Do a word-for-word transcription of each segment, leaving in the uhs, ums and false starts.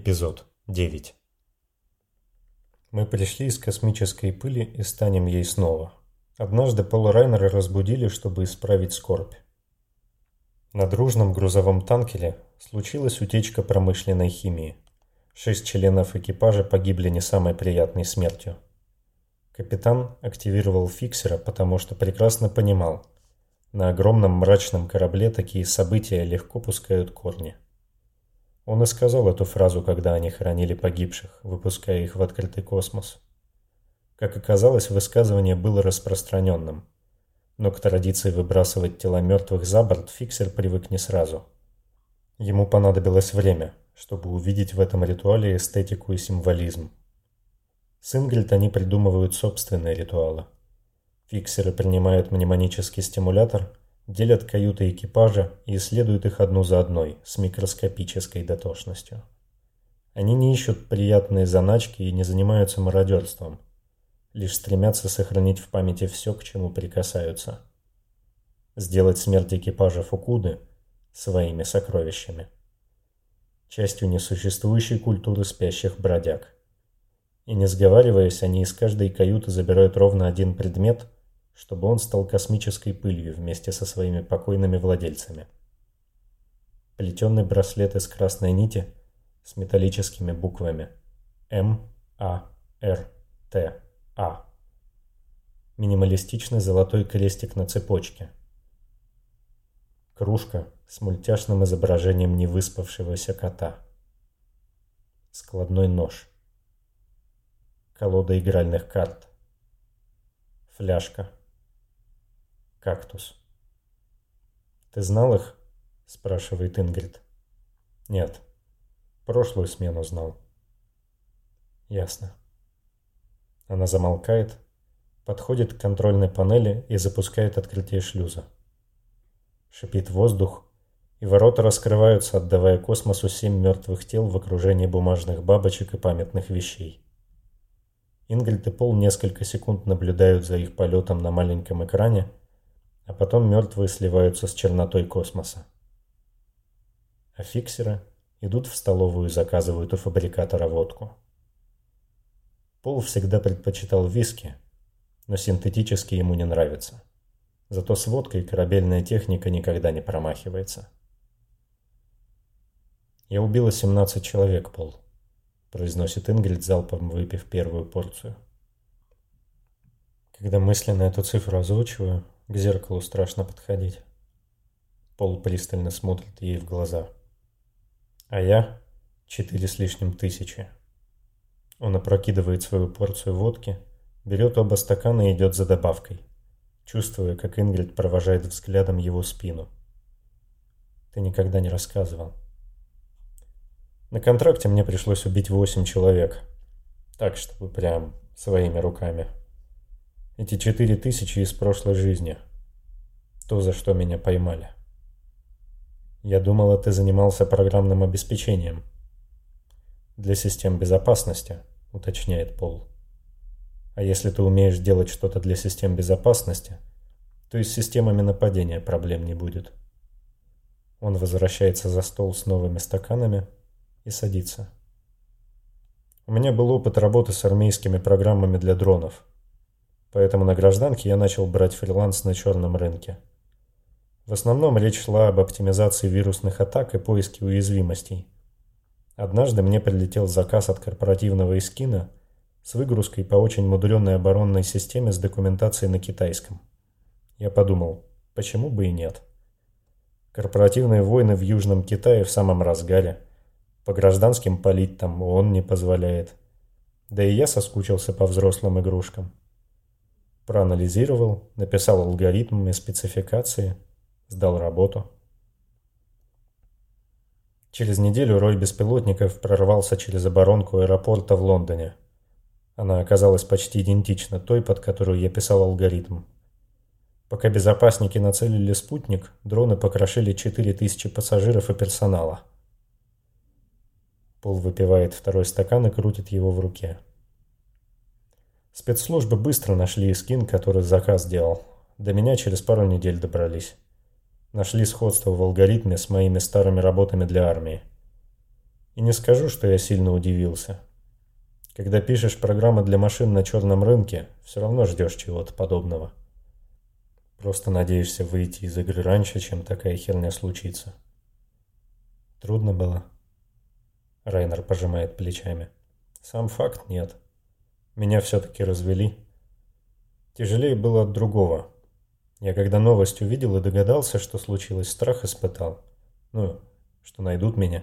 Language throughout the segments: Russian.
Эпизод девять. Мы пришли из космической пыли и станем ей снова. Однажды Пола Райнера разбудили, чтобы исправить скорбь. На дружном грузовом танкере случилась утечка промышленной химии. Шесть членов экипажа погибли не самой приятной смертью. Капитан активировал фиксера, потому что прекрасно понимал, на огромном мрачном корабле такие события легко пускают корни. Он и сказал эту фразу, когда они хоронили погибших, выпуская их в открытый космос. Как оказалось, высказывание было распространенным, но к традиции выбрасывать тела мертвых за борт фиксер привык не сразу. Ему понадобилось время, чтобы увидеть в этом ритуале эстетику и символизм. С Ингрид они придумывают собственные ритуалы. Фиксеры принимают мнемонический стимулятор, делят каюты экипажа и исследуют их одну за одной с микроскопической дотошностью. Они не ищут приятные заначки и не занимаются мародерством, лишь стремятся сохранить в памяти все, к чему прикасаются. Сделать смерть экипажа Фукуды своими сокровищами. Частью несуществующей культуры спящих бродяг. И не сговариваясь, они из каждой каюты забирают ровно один предмет, чтобы он стал космической пылью вместе со своими покойными владельцами. Плетеный браслет из красной нити с металлическими буквами М, А, Р, Т, А. Минималистичный золотой крестик на цепочке. Кружка с мультяшным изображением невыспавшегося кота. Складной нож. Колода игральных карт. Фляжка. Кактус. «Ты знал их?» – спрашивает Ингрид. «Нет. Прошлую смену знал». «Ясно». Она замолкает, подходит к контрольной панели и запускает открытие шлюза. Шипит воздух, и ворота раскрываются, отдавая космосу семь мертвых тел в окружении бумажных бабочек и памятных вещей. Ингрид и Пол несколько секунд наблюдают за их полетом на маленьком экране, а потом мертвые сливаются с чернотой космоса. А фиксеры идут в столовую и заказывают у фабрикатора водку. Пол всегда предпочитал виски, но синтетический ему не нравится. Зато с водкой корабельная техника никогда не промахивается. «Я убила семнадцать человек, Пол», — произносит Ингрид, залпом выпив первую порцию. Когда мысленно эту цифру озвучиваю, к зеркалу страшно подходить. Пол пристально смотрит ей в глаза. А я — четыре с лишним тысячи. Он опрокидывает свою порцию водки, берет оба стакана и идет за добавкой, чувствуя, как Ингрид провожает взглядом его спину. Ты никогда не рассказывал. На контракте мне пришлось убить восемь человек. Так, чтобы прям своими руками. Эти четыре тысячи из прошлой жизни. То, за что меня поймали. Я думала, ты занимался программным обеспечением. Для систем безопасности, уточняет Пол. А если ты умеешь делать что-то для систем безопасности, то и с системами нападения проблем не будет. Он возвращается за стол с новыми стаканами и садится. У меня был опыт работы с армейскими программами для дронов. Поэтому на гражданке я начал брать фриланс на черном рынке. В основном речь шла об оптимизации вирусных атак и поиске уязвимостей. Однажды мне прилетел заказ от корпоративного эскина с выгрузкой по очень мудренной оборонной системе с документацией на китайском. Я подумал, почему бы и нет. Корпоративные войны в Южном Китае в самом разгаре. По гражданским палить там ООН не позволяет. Да и я соскучился по взрослым игрушкам. Проанализировал, написал алгоритм и спецификации, сдал работу. Через неделю рой беспилотников прорвался через оборонку аэропорта в Лондоне. Она оказалась почти идентична той, под которую я писал алгоритм. Пока безопасники нацелили спутник, дроны покрошили четыре тысячи пассажиров и персонала. Пол выпивает второй стакан и крутит его в руке. Спецслужбы быстро нашли эскин, который заказ делал. До меня через пару недель добрались. Нашли сходство в алгоритме с моими старыми работами для армии. И не скажу, что я сильно удивился. Когда пишешь программы для машин на черном рынке, все равно ждешь чего-то подобного. Просто надеешься выйти из игры раньше, чем такая херня случится. Трудно было? Райнер пожимает плечами. Сам факт нет. Меня все-таки развели. Тяжелее было от другого. Я когда новость увидел и догадался, что случилось, страх испытал. Ну, что найдут меня.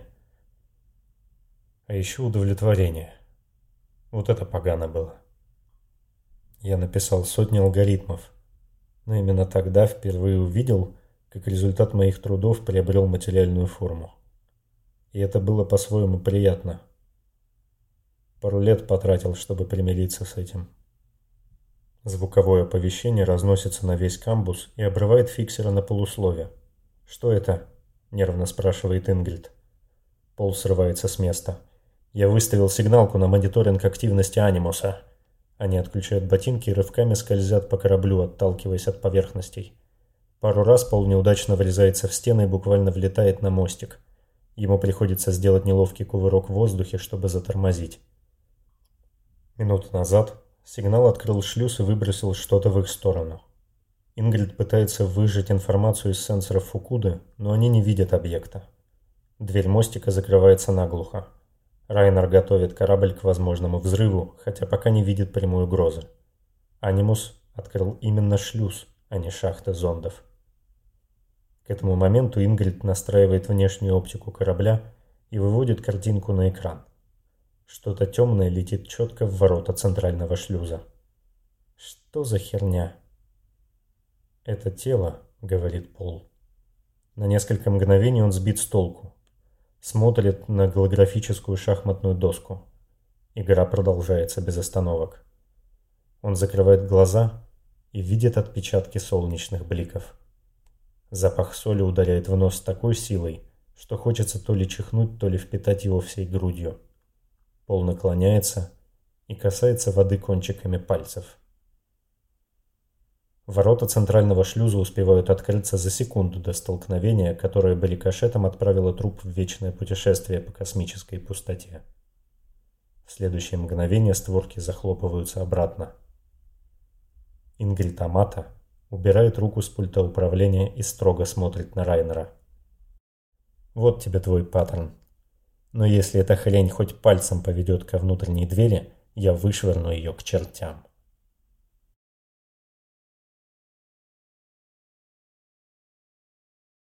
А еще удовлетворение. Вот это погано было. Я написал сотни алгоритмов. Но именно тогда впервые увидел, как результат моих трудов приобрел материальную форму. И это было по-своему приятно. Пару лет потратил, чтобы примириться с этим. Звуковое оповещение разносится на весь камбус и обрывает фиксера на полуслове. «Что это?» – нервно спрашивает Ингрид. Пол срывается с места. «Я выставил сигналку на мониторинг активности анимуса». Они отключают ботинки и рывками скользят по кораблю, отталкиваясь от поверхностей. Пару раз Пол неудачно врезается в стены и буквально влетает на мостик. Ему приходится сделать неловкий кувырок в воздухе, чтобы затормозить. Минуту назад сигнал открыл шлюз и выбросил что-то в их сторону. Ингрид пытается выжать информацию из сенсоров Фукуды, но они не видят объекта. Дверь мостика закрывается наглухо. Райнер готовит корабль к возможному взрыву, хотя пока не видит прямой угрозы. Анимус открыл именно шлюз, а не шахты зондов. К этому моменту Ингрид настраивает внешнюю оптику корабля и выводит картинку на экран. Что-то темное летит четко в ворота центрального шлюза. Что за херня? Это тело, говорит Пол. На несколько мгновений он сбит с толку. Смотрит на голографическую шахматную доску. Игра продолжается без остановок. Он закрывает глаза и видит отпечатки солнечных бликов. Запах соли ударяет в нос с такой силой, что хочется то ли чихнуть, то ли впитать его всей грудью. Пол наклоняется и касается воды кончиками пальцев. Ворота центрального шлюза успевают открыться за секунду до столкновения, которое бы рикошетом отправило труп в вечное путешествие по космической пустоте. В следующее мгновение створки захлопываются обратно. Ингрид Амата убирает руку с пульта управления и строго смотрит на Райнера. «Вот тебе твой паттерн. Но если эта хрень хоть пальцем поведет ко внутренней двери, я вышвырну ее к чертям».